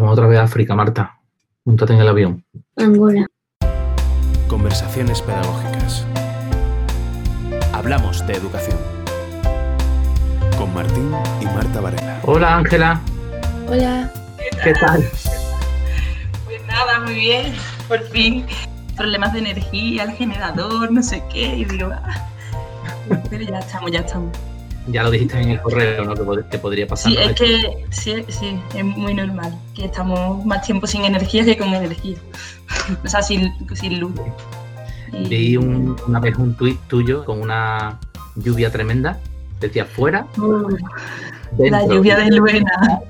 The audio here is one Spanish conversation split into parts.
Vamos otra vez a África, Marta. Móntate en el avión. Angola. Conversaciones pedagógicas. Hablamos de educación. Con Martín y Marta Varela. Hola, Ángela. Hola. ¿Qué tal? Pues nada, muy bien. Por fin. Problemas de energía, el generador, no sé qué. Y digo, pero ya estamos. Ya lo dijiste en el correo, ¿no? Que podría pasar. Sí, es que sí, es muy normal. Que estamos más tiempo sin energía que con energía. O sea, sin luz. Vi una vez un tuit tuyo con una lluvia tremenda. Decía fuera. La lluvia de Luena.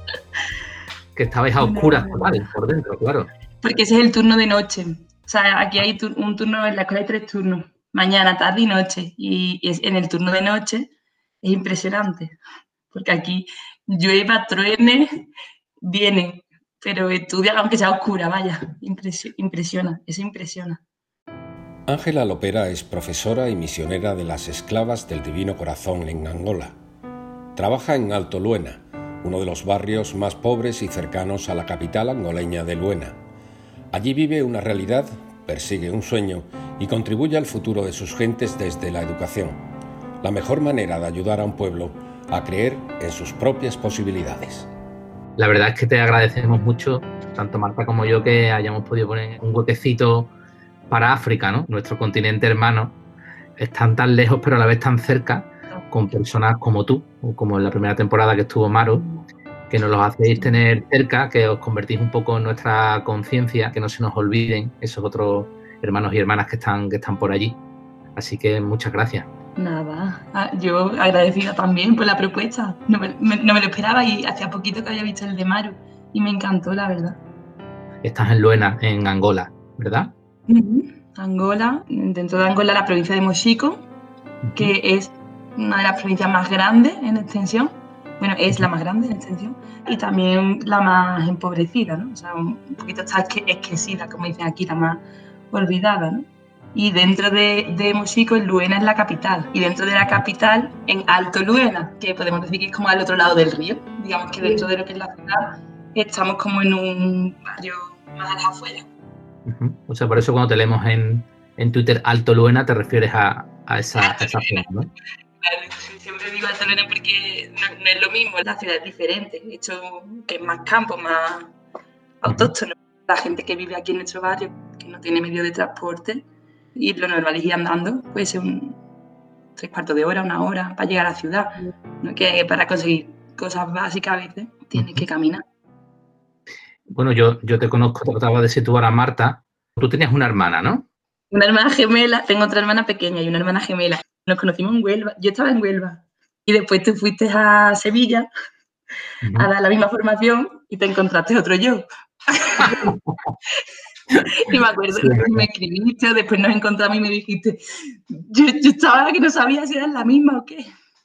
Que estabais a oscuras total, por dentro, claro. Porque ese es el turno de noche. O sea, aquí hay un turno, en la escuela hay 3 turnos. Mañana, tarde y noche. Y en el turno de noche es impresionante. Porque aquí llueva, truene, viene. Pero estudia aunque sea oscura, vaya. Impresiona, eso impresiona. Ángela Lopera es profesora y misionera de las Esclavas del Divino Corazón en Angola. Trabaja en Alto Luena, uno de los barrios más pobres y cercanos a la capital angoleña de Luena. Allí vive una realidad, persigue un sueño y contribuye al futuro de sus gentes desde la educación. La mejor manera de ayudar a un pueblo a creer en sus propias posibilidades. La verdad es que te agradecemos mucho, tanto Marta como yo, que hayamos podido poner un huequecito para África, ¿no? Nuestro continente hermano. Están tan lejos, pero a la vez tan cerca, con personas como tú, o como en la primera temporada que estuvo Maro, que nos los hacéis tener cerca, que os convertís un poco en nuestra conciencia, que no se nos olviden esos otros hermanos y hermanas que están por allí. Así que muchas gracias. Nada, yo agradecida también por la propuesta. No me lo esperaba y hacía poquito que había visto el de Maru y me encantó, la verdad. Estás en Luena, en Angola, ¿verdad? Angola, dentro de Angola la provincia de Moxico, que es una de las provincias más grandes en extensión. Bueno, es la más grande en extensión y también la más empobrecida, ¿no? O sea, un poquito está esquecida, como dicen aquí, la más olvidada, ¿no? Y dentro de Moxico, Luena es la capital. Y dentro de la capital, en Alto Luena, que podemos decir que es como al otro lado del río. Digamos que dentro de lo que es la ciudad, estamos como en un barrio más a las afueras. O sea, por eso cuando te leemos en Twitter Alto Luena, te refieres a esa zona, ¿no? Siempre digo Alto Luena porque no es lo mismo, la ciudad es diferente. De hecho, que es más campo, más autóctono. La gente que vive aquí en nuestro barrio, que no tiene medio de transporte, y lo normal es ir andando, puede ser 3/4 de hora, 1 hora, para llegar a la ciudad, ¿no? Que para conseguir cosas básicas a veces tienes que caminar. Bueno, yo te conozco, trataba de situar a Marta. Tú tenías una hermana, ¿no? Una hermana gemela, tengo otra hermana pequeña y una hermana gemela. Nos conocimos en Huelva, yo estaba en Huelva, y después tú fuiste a Sevilla a dar la misma formación y te encontraste otro yo. Y me acuerdo que me escribiste, después nos encontramos y me dijiste, yo estaba que no sabía si eras la misma o qué.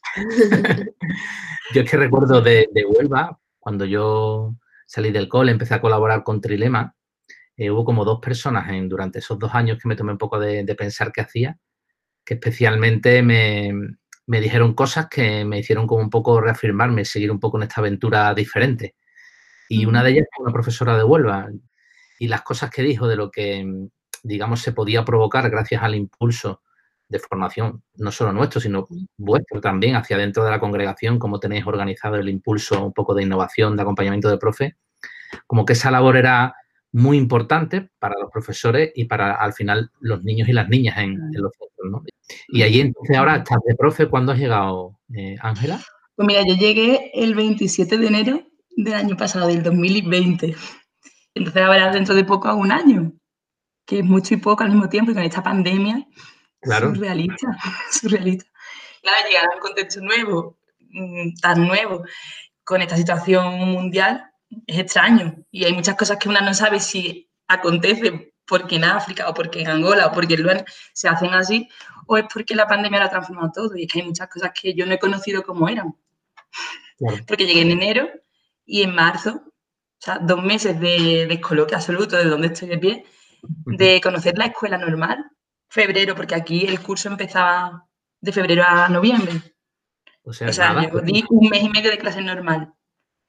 Yo es que recuerdo de Huelva, cuando yo salí del cole, empecé a colaborar con Trilema, hubo como 2 personas durante esos 2 años que me tomé un poco de pensar qué hacía, que especialmente me dijeron cosas que me hicieron como un poco reafirmarme, seguir un poco en esta aventura diferente. Y una de ellas fue una profesora de Huelva. Y las cosas que dijo de lo que, digamos, se podía provocar gracias al impulso de formación, no solo nuestro, sino vuestro también, hacia dentro de la congregación, cómo tenéis organizado el impulso un poco de innovación, de acompañamiento de profe, como que esa labor era muy importante para los profesores y para, al final, los niños y las niñas en los centros, ¿no? Y allí, entonces, ahora estás de profe. ¿Cuándo has llegado, Ángela? Pues mira, yo llegué el 27 de enero del año pasado, del 2020. Entonces ahora dentro de poco hago 1 año, que es mucho y poco al mismo tiempo, y con esta pandemia, Claro. surrealista. Claro, llegar a un contexto nuevo, tan nuevo, con esta situación mundial, es extraño. Y hay muchas cosas que una no sabe si acontecen porque en África o porque en Angola o porque en Luana se hacen así, o es porque la pandemia lo ha transformado todo. Y es que hay muchas cosas que yo no he conocido como eran. Claro. Porque llegué en enero y en marzo, o sea, 2 meses de descoloque absoluto de donde estoy de pie, de conocer la escuela normal, febrero, porque aquí el curso empezaba de febrero a noviembre. O sea nada, yo di 1 mes y medio de clase normal.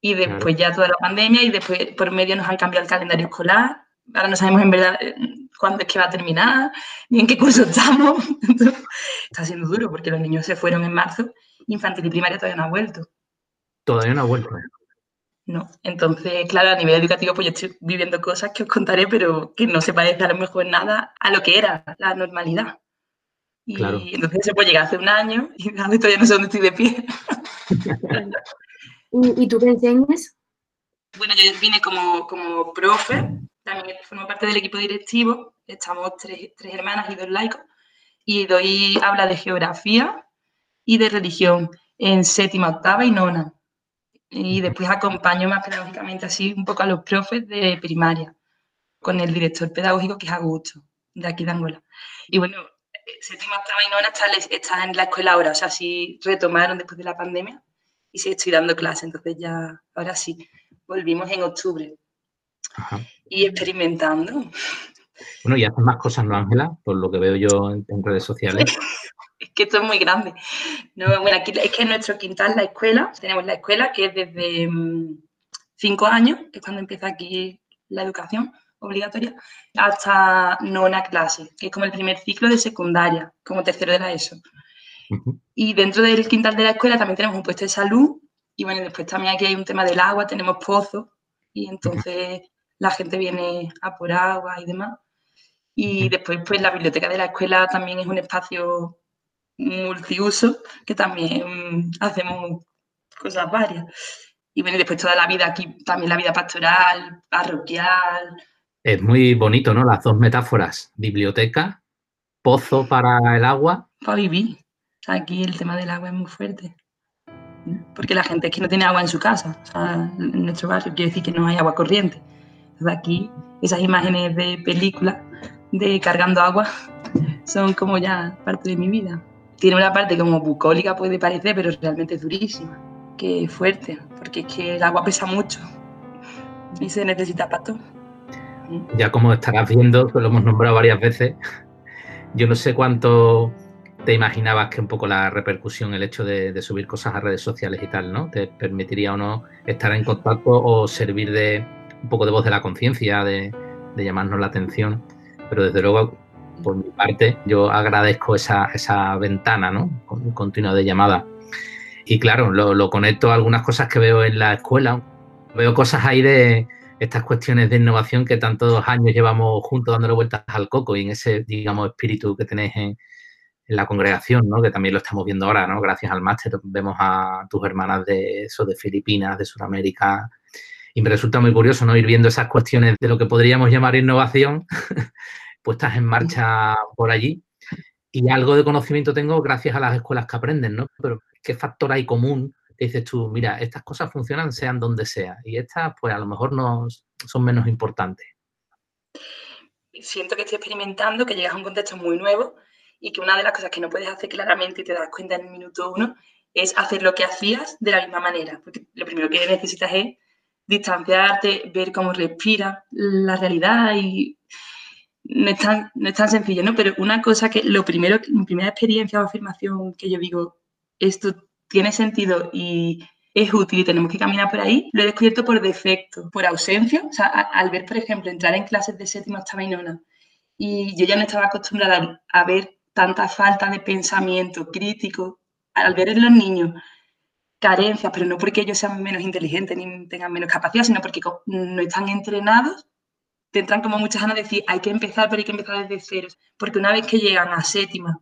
Y después ya toda la pandemia y después por medio nos han cambiado el calendario escolar. Ahora no sabemos en verdad cuándo es que va a terminar, ni en qué curso estamos. Entonces, está siendo duro porque los niños se fueron en marzo, infantil y primaria todavía no ha vuelto. Todavía no ha vuelto. No, entonces, claro, a nivel educativo pues yo estoy viviendo cosas que os contaré, pero que no se parece a lo mejor nada a lo que era la normalidad. Y claro. entonces se puede llegar hace un año y todavía no sé dónde estoy de pie. ¿Y tú qué enseñas? Bueno, yo vine como profe, también formo parte del equipo directivo, estamos tres hermanas y 2 laicos, y doy habla de geografía y de religión en 7ª, 8ª y 9ª. Y después acompaño más pedagógicamente así un poco a los profes de primaria, con el director pedagógico que es Augusto, de aquí de Angola. Y bueno, 7ª, 8ª y 9ª está en la escuela ahora, o sea, sí retomaron después de la pandemia y sí estoy dando clase, entonces ya, ahora sí, volvimos en octubre. Ajá. Y experimentando. Bueno, y haces más cosas, ¿no, Ángela? Por lo que veo yo en redes sociales. Es que esto es muy grande. No, bueno, aquí es que en nuestro quintal, la escuela, tenemos la escuela que es desde 5 años, que es cuando empieza aquí la educación obligatoria, hasta 9ª clase, que es como el primer ciclo de secundaria, como tercero de la ESO. Y dentro del quintal de la escuela también tenemos un puesto de salud y bueno, después también aquí hay un tema del agua, tenemos pozos y entonces la gente viene a por agua y demás. Y después pues la biblioteca de la escuela también es un espacio multiuso que también hacemos cosas varias. Y bueno, y después toda la vida aquí, también la vida pastoral, parroquial. Es muy bonito, ¿no? Las 2 metáforas, biblioteca, pozo para el agua. Para vivir. O sea, aquí el tema del agua es muy fuerte. Porque la gente es que no tiene agua en su casa. O sea, en nuestro barrio quiere decir que no hay agua corriente. Entonces aquí esas imágenes de películas de cargando agua son como ya parte de mi vida. Tiene una parte como bucólica puede parecer, pero realmente es durísima, que es fuerte, porque es que el agua pesa mucho y se necesita para todo. Ya como estarás viendo, que lo hemos nombrado varias veces, yo no sé cuánto te imaginabas que un poco la repercusión, el hecho de subir cosas a redes sociales y tal, ¿no? Te permitiría o no estar en contacto o servir de un poco de voz de la conciencia, de llamarnos la atención. Pero desde luego, por mi parte, yo agradezco esa ventana, ¿no? Continua de llamada. Y claro, lo conecto a algunas cosas que veo en la escuela. Veo cosas ahí de estas cuestiones de innovación que tantos años llevamos juntos dándole vueltas al coco y en ese, digamos, espíritu que tenéis en la congregación, ¿no? Que también lo estamos viendo ahora, ¿no? Gracias al máster vemos a tus hermanas de Filipinas, de Sudamérica. Y me resulta muy curioso, ¿no? Ir viendo esas cuestiones de lo que podríamos llamar innovación puestas en marcha por allí. Y algo de conocimiento tengo gracias a las escuelas que aprenden, ¿no? Pero ¿qué factor hay común? Que dices tú, mira, estas cosas funcionan sean donde sea. Y estas, pues a lo mejor no son menos importantes. Siento que estoy experimentando, que llegas a un contexto muy nuevo y que una de las cosas que no puedes hacer claramente y te das cuenta en el minuto 1 es hacer lo que hacías de la misma manera. Porque lo primero que necesitas es distanciarte, ver cómo respira la realidad y no es tan sencillo, ¿no? Pero una cosa que mi primera experiencia o afirmación que yo digo, esto tiene sentido y es útil y tenemos que caminar por ahí, lo he descubierto por defecto, por ausencia. O sea, al ver, por ejemplo, entrar en clases de 7ª, 8ª y 9ª y yo ya no estaba acostumbrada a ver tanta falta de pensamiento crítico, al ver en los niños carencias, pero no porque ellos sean menos inteligentes ni tengan menos capacidad, sino porque no están entrenados, te entran como muchas ganas de decir, hay que empezar, pero hay que empezar desde cero. Porque una vez que llegan a 7ª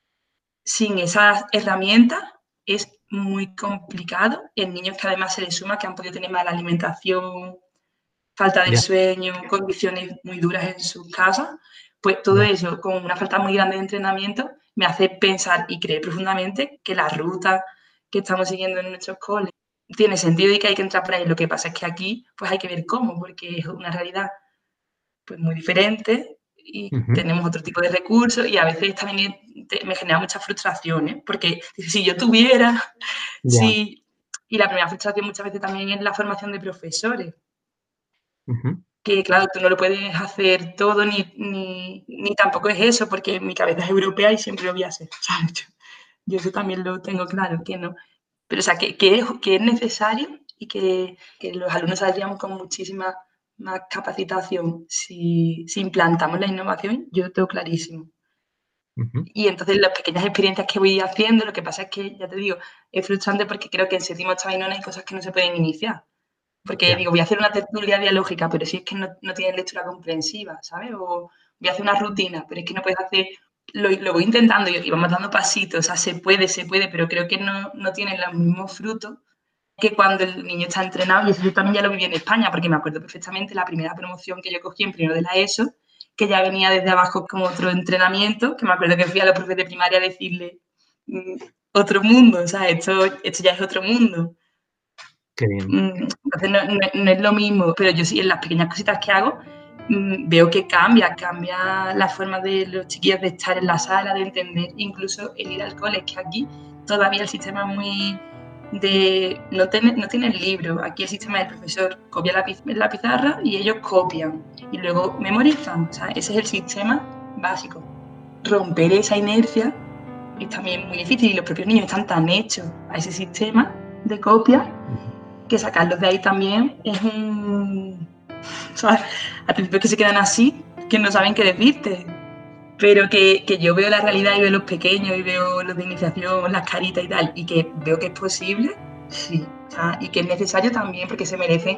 sin esas herramientas, es muy complicado. En niños que además se les suma que han podido tener mala alimentación, falta de sueño, condiciones muy duras en sus casas, pues todo eso, con una falta muy grande de entrenamiento, me hace pensar y creer profundamente que la ruta que estamos siguiendo en nuestros coles tiene sentido y que hay que entrar por ahí. Lo que pasa es que aquí pues hay que ver cómo, porque es una realidad pues muy diferente y tenemos otro tipo de recursos y a veces también me genera mucha frustración, ¿eh? Porque si yo tuviera, y la primera frustración muchas veces también es la formación de profesores. Que claro, tú no lo puedes hacer todo ni tampoco es eso, porque mi cabeza es europea y siempre lo voy a hacer, ¿sabes? Yo eso también lo tengo claro, que no. Pero o sea, que es necesario y que los alumnos saldríamos con muchísima más capacitación si implantamos la innovación, yo lo tengo clarísimo. Y entonces las pequeñas experiencias que voy haciendo, lo que pasa es que, ya te digo, es frustrante porque creo que en séptimo octavo y nono hay cosas que no se pueden iniciar. Porque digo, voy a hacer una tertulia dialógica, pero si es que no tienes lectura comprensiva, ¿sabes? O voy a hacer una rutina, pero es que no puedes hacer... Lo voy intentando y vamos dando pasitos, o sea, se puede, pero creo que no tiene los mismos frutos que cuando el niño está entrenado, y eso yo también ya lo viví en España, porque me acuerdo perfectamente la primera promoción que yo cogí en primero de la ESO, que ya venía desde abajo como otro entrenamiento, que me acuerdo que fui a los profes de primaria a decirle otro mundo, o sea, esto ya es otro mundo. Qué bien. Entonces no es lo mismo, pero yo sí en las pequeñas cositas que hago veo que cambia la forma de los chiquillos de estar en la sala, de entender, incluso el ir al cole, que aquí todavía el sistema es muy de no tiene el libro, aquí el sistema del profesor copia la pizarra y ellos copian y luego memorizan, o sea, ese es el sistema básico. Romper esa inercia es también muy difícil y los propios niños están tan hechos a ese sistema de copia que sacarlos de ahí también es un... ¿sabes? Al principio que se quedan así, que no saben qué decirte, pero que yo veo la realidad y veo los pequeños y veo los de iniciación, las caritas y tal, y que veo que es posible, sí, o sea, y que es necesario también porque se merecen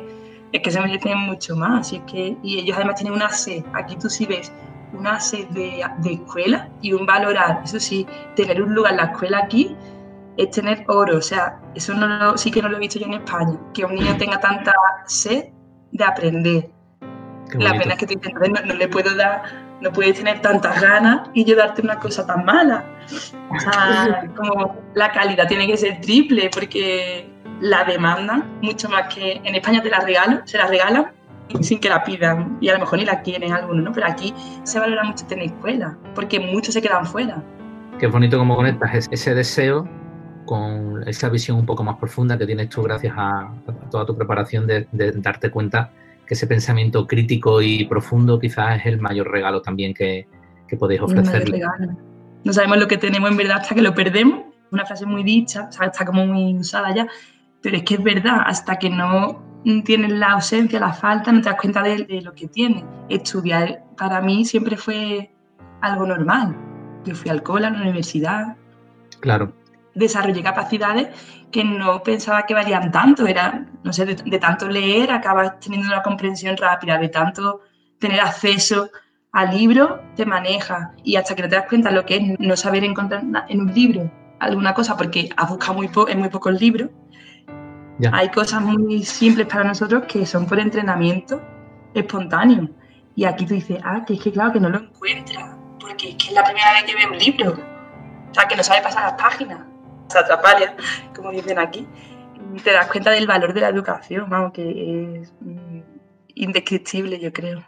mucho más, y ellos además tienen una sed, aquí tú sí ves una sed de escuela y un valorar, eso sí, tener un lugar en la escuela aquí es tener oro, o sea, eso sí que no lo he visto yo en España, que un niño tenga tanta sed de aprender. La pena es que tú intentas, no le puedo dar, no puedes tener tantas ganas y yo darte una cosa tan mala. O sea, como la calidad tiene que ser triple porque la demandan mucho más que en España se la regalan sin que la pidan y a lo mejor ni la quieren algunos, ¿no? Pero aquí se valora mucho tener escuela porque muchos se quedan fuera. Qué bonito cómo conectas ese deseo con esa visión un poco más profunda que tienes tú gracias a toda tu preparación de darte cuenta que ese pensamiento crítico y profundo quizás es el mayor regalo también que podéis ofrecerle. No sabemos lo que tenemos en verdad hasta que lo perdemos. Una frase muy dicha, o sea, está como muy usada ya, pero es que es verdad, hasta que no tienes la ausencia, la falta, no te das cuenta de lo que tienes. Estudiar para mí siempre fue algo normal. Yo fui al cole, a la universidad. Claro. Desarrollé capacidades que no pensaba que valían tanto. Era, no sé, de tanto leer acabas teniendo una comprensión rápida, de tanto tener acceso al libro, te maneja. Y hasta que no te das cuenta lo que es no saber encontrar en un libro alguna cosa, porque has buscado en muy pocos libros. Ya. Hay cosas muy simples para nosotros que son por entrenamiento espontáneo. Y aquí tú dices, que es que claro que no lo encuentras, porque es que es la primera vez que veo un libro. O sea, que no sabe pasar las páginas. Atrapalia, como dicen aquí, y te das cuenta del valor de la educación, vamos, que es indescriptible, yo creo.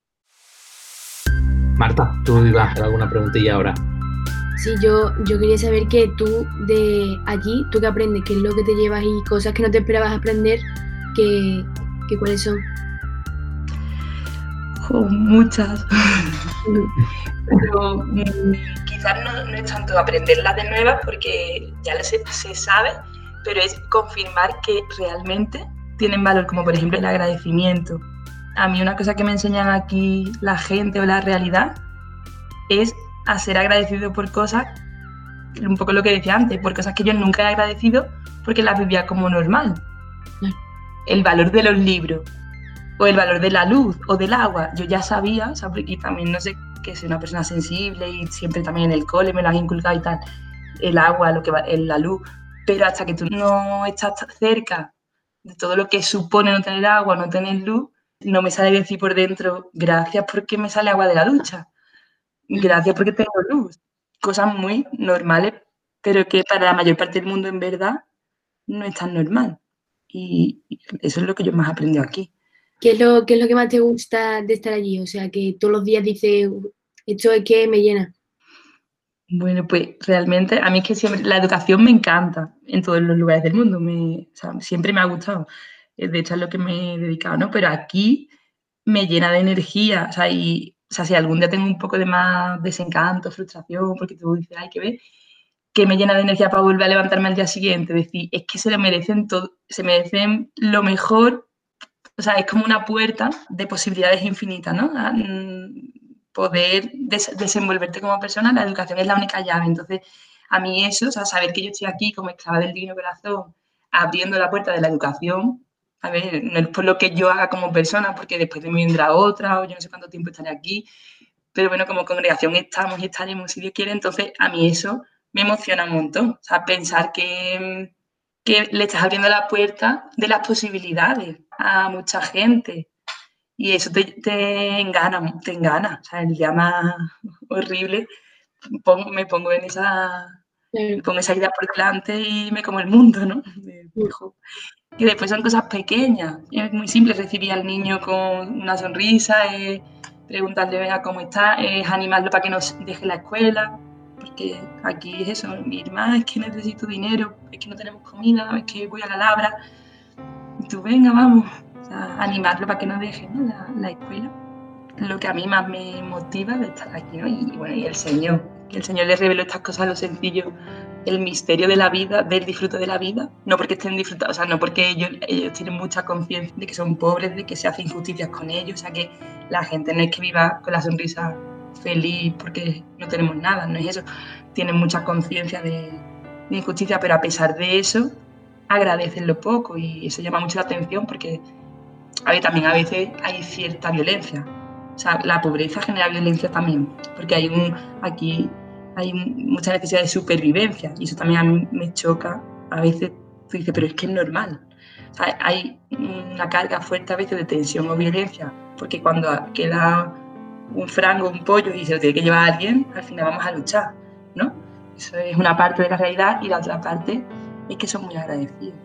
Marta, tú ibas a hacer alguna preguntilla ahora. Sí, yo quería saber que tú de allí, tú qué aprendes, qué es lo que te llevas y cosas que no te esperabas aprender, que cuáles son. Muchas. Pero quizás no es tanto aprenderlas de nuevas porque ya se sabe, pero es confirmar que realmente tienen valor, como por ejemplo el agradecimiento. A mí una cosa que me enseñan aquí la gente o la realidad es a ser agradecido por cosas, un poco lo que decía antes, por cosas que yo nunca he agradecido porque las vivía como normal. El valor de los libros, o el valor de la luz o del agua, yo ya sabía, o sea, y también no sé, que soy una persona sensible y siempre también en el cole me lo han inculcado y tal, el agua, la luz, pero hasta que tú no estás cerca de todo lo que supone no tener agua, no tener luz, no me sale decir por dentro, gracias porque me sale agua de la ducha, gracias porque tengo luz, cosas muy normales, pero que para la mayor parte del mundo en verdad no es tan normal, y eso es lo que yo más he aprendido aquí. ¿Qué es lo que más te gusta de estar allí? O sea, que todos los días dices, esto es que me llena. Bueno, pues realmente a mí es que siempre la educación me encanta en todos los lugares del mundo. O sea, siempre me ha gustado. De hecho, es lo que me he dedicado, ¿no? Pero aquí me llena de energía. O sea, si algún día tengo un poco de más desencanto, frustración, porque tú dices, hay que ver, que me llena de energía para volver a levantarme al día siguiente. Decir, es que se lo merecen todo, se merecen lo mejor. O sea, es como una puerta de posibilidades infinitas, ¿no? Poder desenvolverte como persona, la educación es la única llave. Entonces, a mí eso, o sea, saber que yo estoy aquí como esclava del Divino Corazón, abriendo la puerta de la educación, a ver, no es por lo que yo haga como persona, porque después de mí vendrá otra, o yo no sé cuánto tiempo estaré aquí, pero bueno, como congregación estamos y estaremos, si Dios quiere. Entonces, a mí eso me emociona un montón. O sea, pensar que le estás abriendo la puerta de las posibilidades a mucha gente. Y eso te engana. O sea, el día más horrible, me pongo en esa idea por delante y me como el mundo, ¿no? Que después son cosas pequeñas. Es muy simple recibir al niño con una sonrisa, preguntarle venga cómo está, es animarlo para que nos deje la escuela. Porque aquí es eso, mi hermana, es que necesito dinero, es que no tenemos comida, es que voy a la labra. Y tú, venga, vamos, o sea, animarlo para que nos deje, ¿no? la escuela. Lo que a mí más me motiva de estar aquí, ¿no? Y bueno, y el Señor, que el Señor les reveló estas cosas a lo sencillo, el misterio de la vida, del disfrute de la vida, no porque estén disfrutando, o sea, no porque ellos tienen mucha conciencia de que son pobres, de que se hacen injusticias con ellos, o sea, que la gente no es que viva con la sonrisa feliz porque no tenemos nada, no es eso, tienen mucha conciencia de injusticia, pero a pesar de eso, agradecen lo poco y eso llama mucho la atención porque también a veces hay cierta violencia. O sea, la pobreza genera violencia también, porque aquí hay mucha necesidad de supervivencia y eso también a mí me choca. A veces tú dices, pero es que es normal. O sea, hay una carga fuerte a veces de tensión o violencia, porque cuando queda un frango, un pollo y se lo tiene que llevar a alguien, al final vamos a luchar, ¿no? Eso es una parte de la realidad y la otra parte es que son muy agradecidos.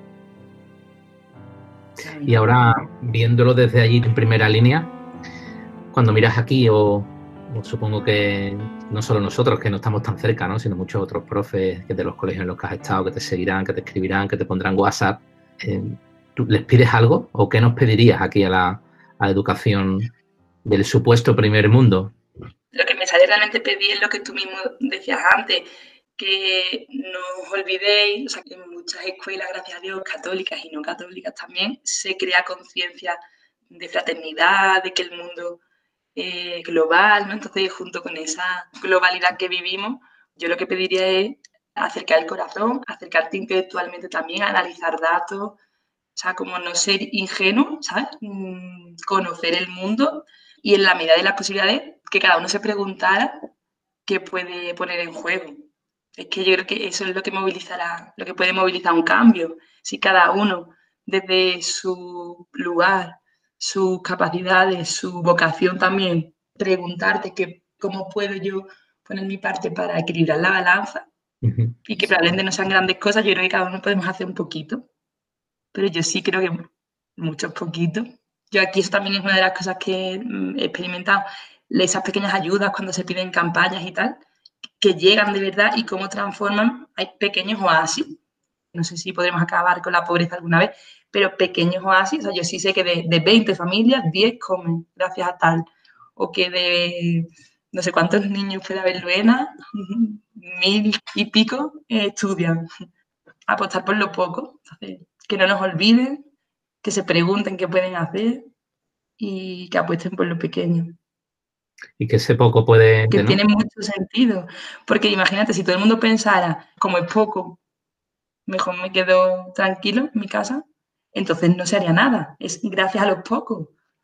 Y ahora, viéndolo desde allí en primera línea, cuando miras aquí, o supongo que no solo nosotros, que no estamos tan cerca, ¿no? Sino muchos otros profes de los colegios en los que has estado, que te seguirán, que te escribirán, que te pondrán WhatsApp, ¿tú les pides algo? ¿O qué nos pedirías aquí a la educación del supuesto primer mundo? Lo que me sale realmente pedir es lo que tú mismo decías antes, que no os olvidéis, o sea, que en muchas escuelas, gracias a Dios, católicas y no católicas también, se crea conciencia de fraternidad, de que el mundo es global, ¿no? Entonces, junto con esa globalidad que vivimos, yo lo que pediría es acercar el corazón, acercarte intelectualmente también, analizar datos, o sea, como no ser ingenuo, ¿sabes? Conocer el mundo y en la medida de las posibilidades que cada uno se preguntara qué puede poner en juego. Es que yo creo que eso es lo que movilizará, lo que puede movilizar un cambio. Si cada uno, desde su lugar, sus capacidades, su vocación también, preguntarte cómo puedo yo poner mi parte para equilibrar la balanza y que probablemente no sean grandes cosas, yo creo que cada uno podemos hacer un poquito. Pero yo sí creo que muchos poquitos. Yo aquí eso también es una de las cosas que he experimentado, esas pequeñas ayudas cuando se piden campañas y tal, que llegan de verdad y cómo transforman, hay pequeños oasis. No sé si podremos acabar con la pobreza alguna vez, pero pequeños oasis, o sea, yo sí sé que de 20 familias, 10 comen gracias a tal, o que de no sé cuántos niños puede haber Luena, 1000 y pico estudian. Apostar por lo poco, entonces, que no nos olviden, que se pregunten qué pueden hacer y que apuesten por lo pequeño. Y que ese poco puede... Que ¿no? tiene mucho sentido, porque imagínate, si todo el mundo pensara, como es poco, mejor me quedo tranquilo en mi casa, entonces no se haría nada, es gracias a los pocos.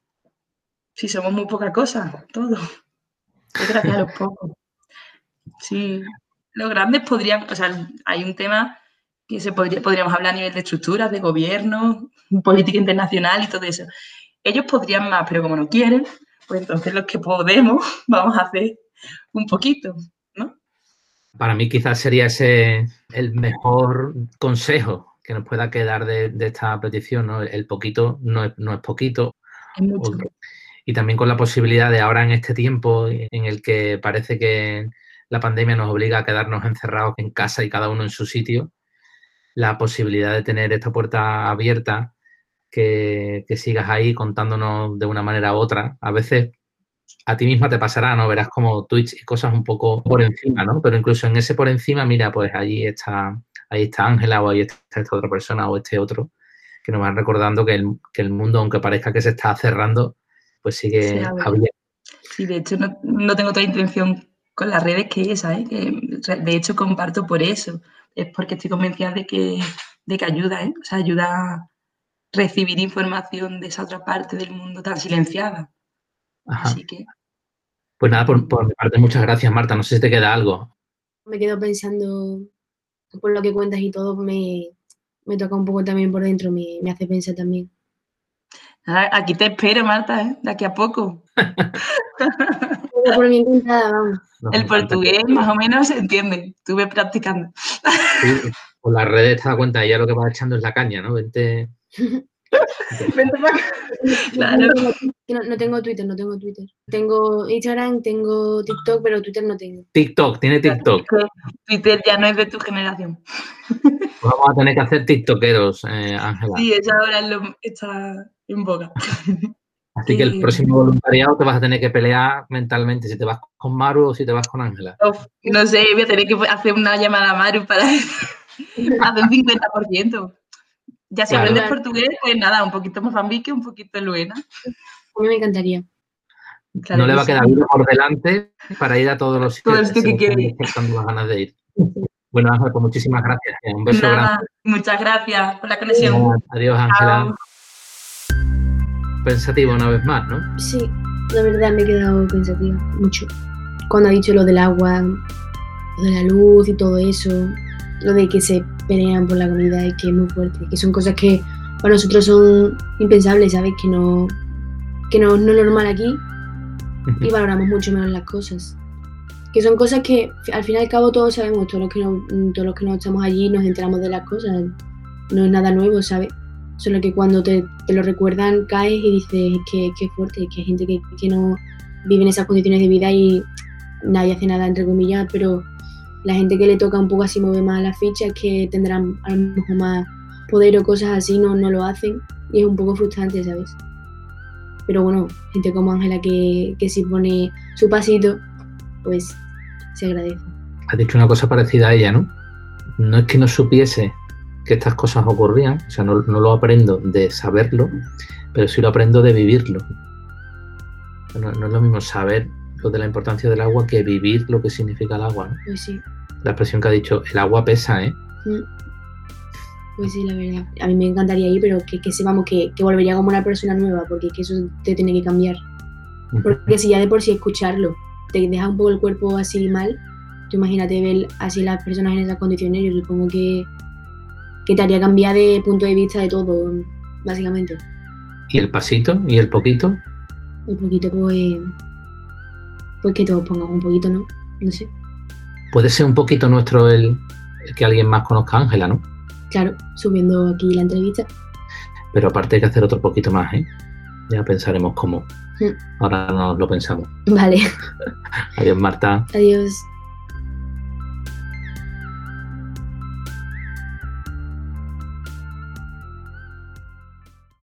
Si somos muy poca cosa, todo, es gracias a los pocos. Sí, los grandes podrían, o sea, hay un tema que podríamos hablar a nivel de estructuras, de gobierno, política internacional y todo eso. Ellos podrían más, pero como no quieren, pues entonces los que podemos vamos a hacer un poquito, ¿no? Para mí quizás sería ese el mejor consejo que nos pueda quedar de esta petición, ¿no? El poquito no es poquito. Es mucho. Y también con la posibilidad de ahora en este tiempo en el que parece que la pandemia nos obliga a quedarnos encerrados en casa y cada uno en su sitio, la posibilidad de tener esta puerta abierta, que sigas ahí contándonos de una manera u otra. A veces a ti misma te pasará, ¿no? Verás como Twitch y cosas un poco por encima, ¿no? Pero incluso en ese por encima, mira, pues ahí está Ángela o ahí está esta otra persona o este otro, que nos van recordando que el mundo, aunque parezca que se está cerrando, pues sigue abierto. Sí, de hecho no tengo otra intención con las redes que esa, ¿eh? Que de hecho comparto por eso. Es porque estoy convencida de que ayuda, ¿eh? O sea, ayuda a recibir información de esa otra parte del mundo tan silenciada. Ajá. Así que... Pues nada, por mi parte, muchas gracias, Marta. No sé si te queda algo. Me quedo pensando, por lo que cuentas y todo, me toca un poco también por dentro, me hace pensar también. Aquí te espero, Marta, ¿eh? De aquí a poco. Por mí encantada, vamos. El portugués más o menos se entiende. Estuve practicando. Sí, por las redes te das cuenta, ella lo que va echando es la caña, ¿no? Vente para acá. Claro. No tengo Twitter. Tengo Instagram, tengo TikTok, pero Twitter no tengo. Tiene TikTok. Twitter ya no es de tu generación. Pues vamos a tener que hacer tiktokeros, Ángela. Sí, eso ahora está en boga. Así que el próximo voluntariado te vas a tener que pelear mentalmente si te vas con Maru o si te vas con Ángela. No sé, voy a tener que hacer una llamada a Maru para hacer un 50%. Ya si aprendes portugués, pues nada, un poquito Mozambique, un poquito Luena. A mí me encantaría. Claro, no le va a quedar vida por delante para ir a todos los sitios. Todo esto que quiere. Despertando las ganas de ir. Bueno, Ángela, pues muchísimas gracias. Un beso grande. Muchas gracias por la conexión. Adiós, Ángela. Pensativa una vez más, ¿no? Sí, la verdad me he quedado pensativa, mucho. Cuando ha dicho lo del agua, lo de la luz y todo eso, lo de que se pelean por la comida y que es muy fuerte, que son cosas que para nosotros son impensables, ¿sabes? Que no es normal aquí y valoramos mucho menos las cosas. Que son cosas que al fin y al cabo todos sabemos, todos los que no estamos allí nos enteramos de las cosas, no es nada nuevo, ¿sabes? Solo que cuando te lo recuerdan caes y dices que es fuerte, que hay gente que no vive en esas condiciones de vida y nadie hace nada, entre comillas, pero la gente que le toca un poco así mover más las fichas, que tendrán a lo mejor más poder o cosas así, no lo hacen y es un poco frustrante, ¿sabes? Pero bueno, gente como Ángela que sí pone su pasito, pues se agradece. Has dicho una cosa parecida a ella, ¿no? No es que no supiese que estas cosas ocurrían, o sea, no lo aprendo de saberlo, pero sí lo aprendo de vivirlo. No es lo mismo saber lo de la importancia del agua que vivir lo que significa el agua, ¿no? Pues sí. La expresión que ha dicho, el agua pesa, ¿eh? Pues sí, la verdad. A mí me encantaría ir, pero que sepamos que volvería como una persona nueva, porque que eso te tiene que cambiar. Porque si ya de por sí escucharlo te deja un poco el cuerpo así mal, tú imagínate ver así las personas en esas condiciones, yo supongo que te haría cambiar de punto de vista de todo, básicamente. ¿Y el pasito? ¿Y el poquito? El poquito, pues que todos pongan un poquito, ¿no? No sé. Puede ser un poquito nuestro el que alguien más conozca a Ángela, ¿no? Claro, subiendo aquí la entrevista. Pero aparte hay que hacer otro poquito más, ¿eh? Ya pensaremos cómo. Ahora nos lo pensamos. Vale. Adiós, Marta. Adiós.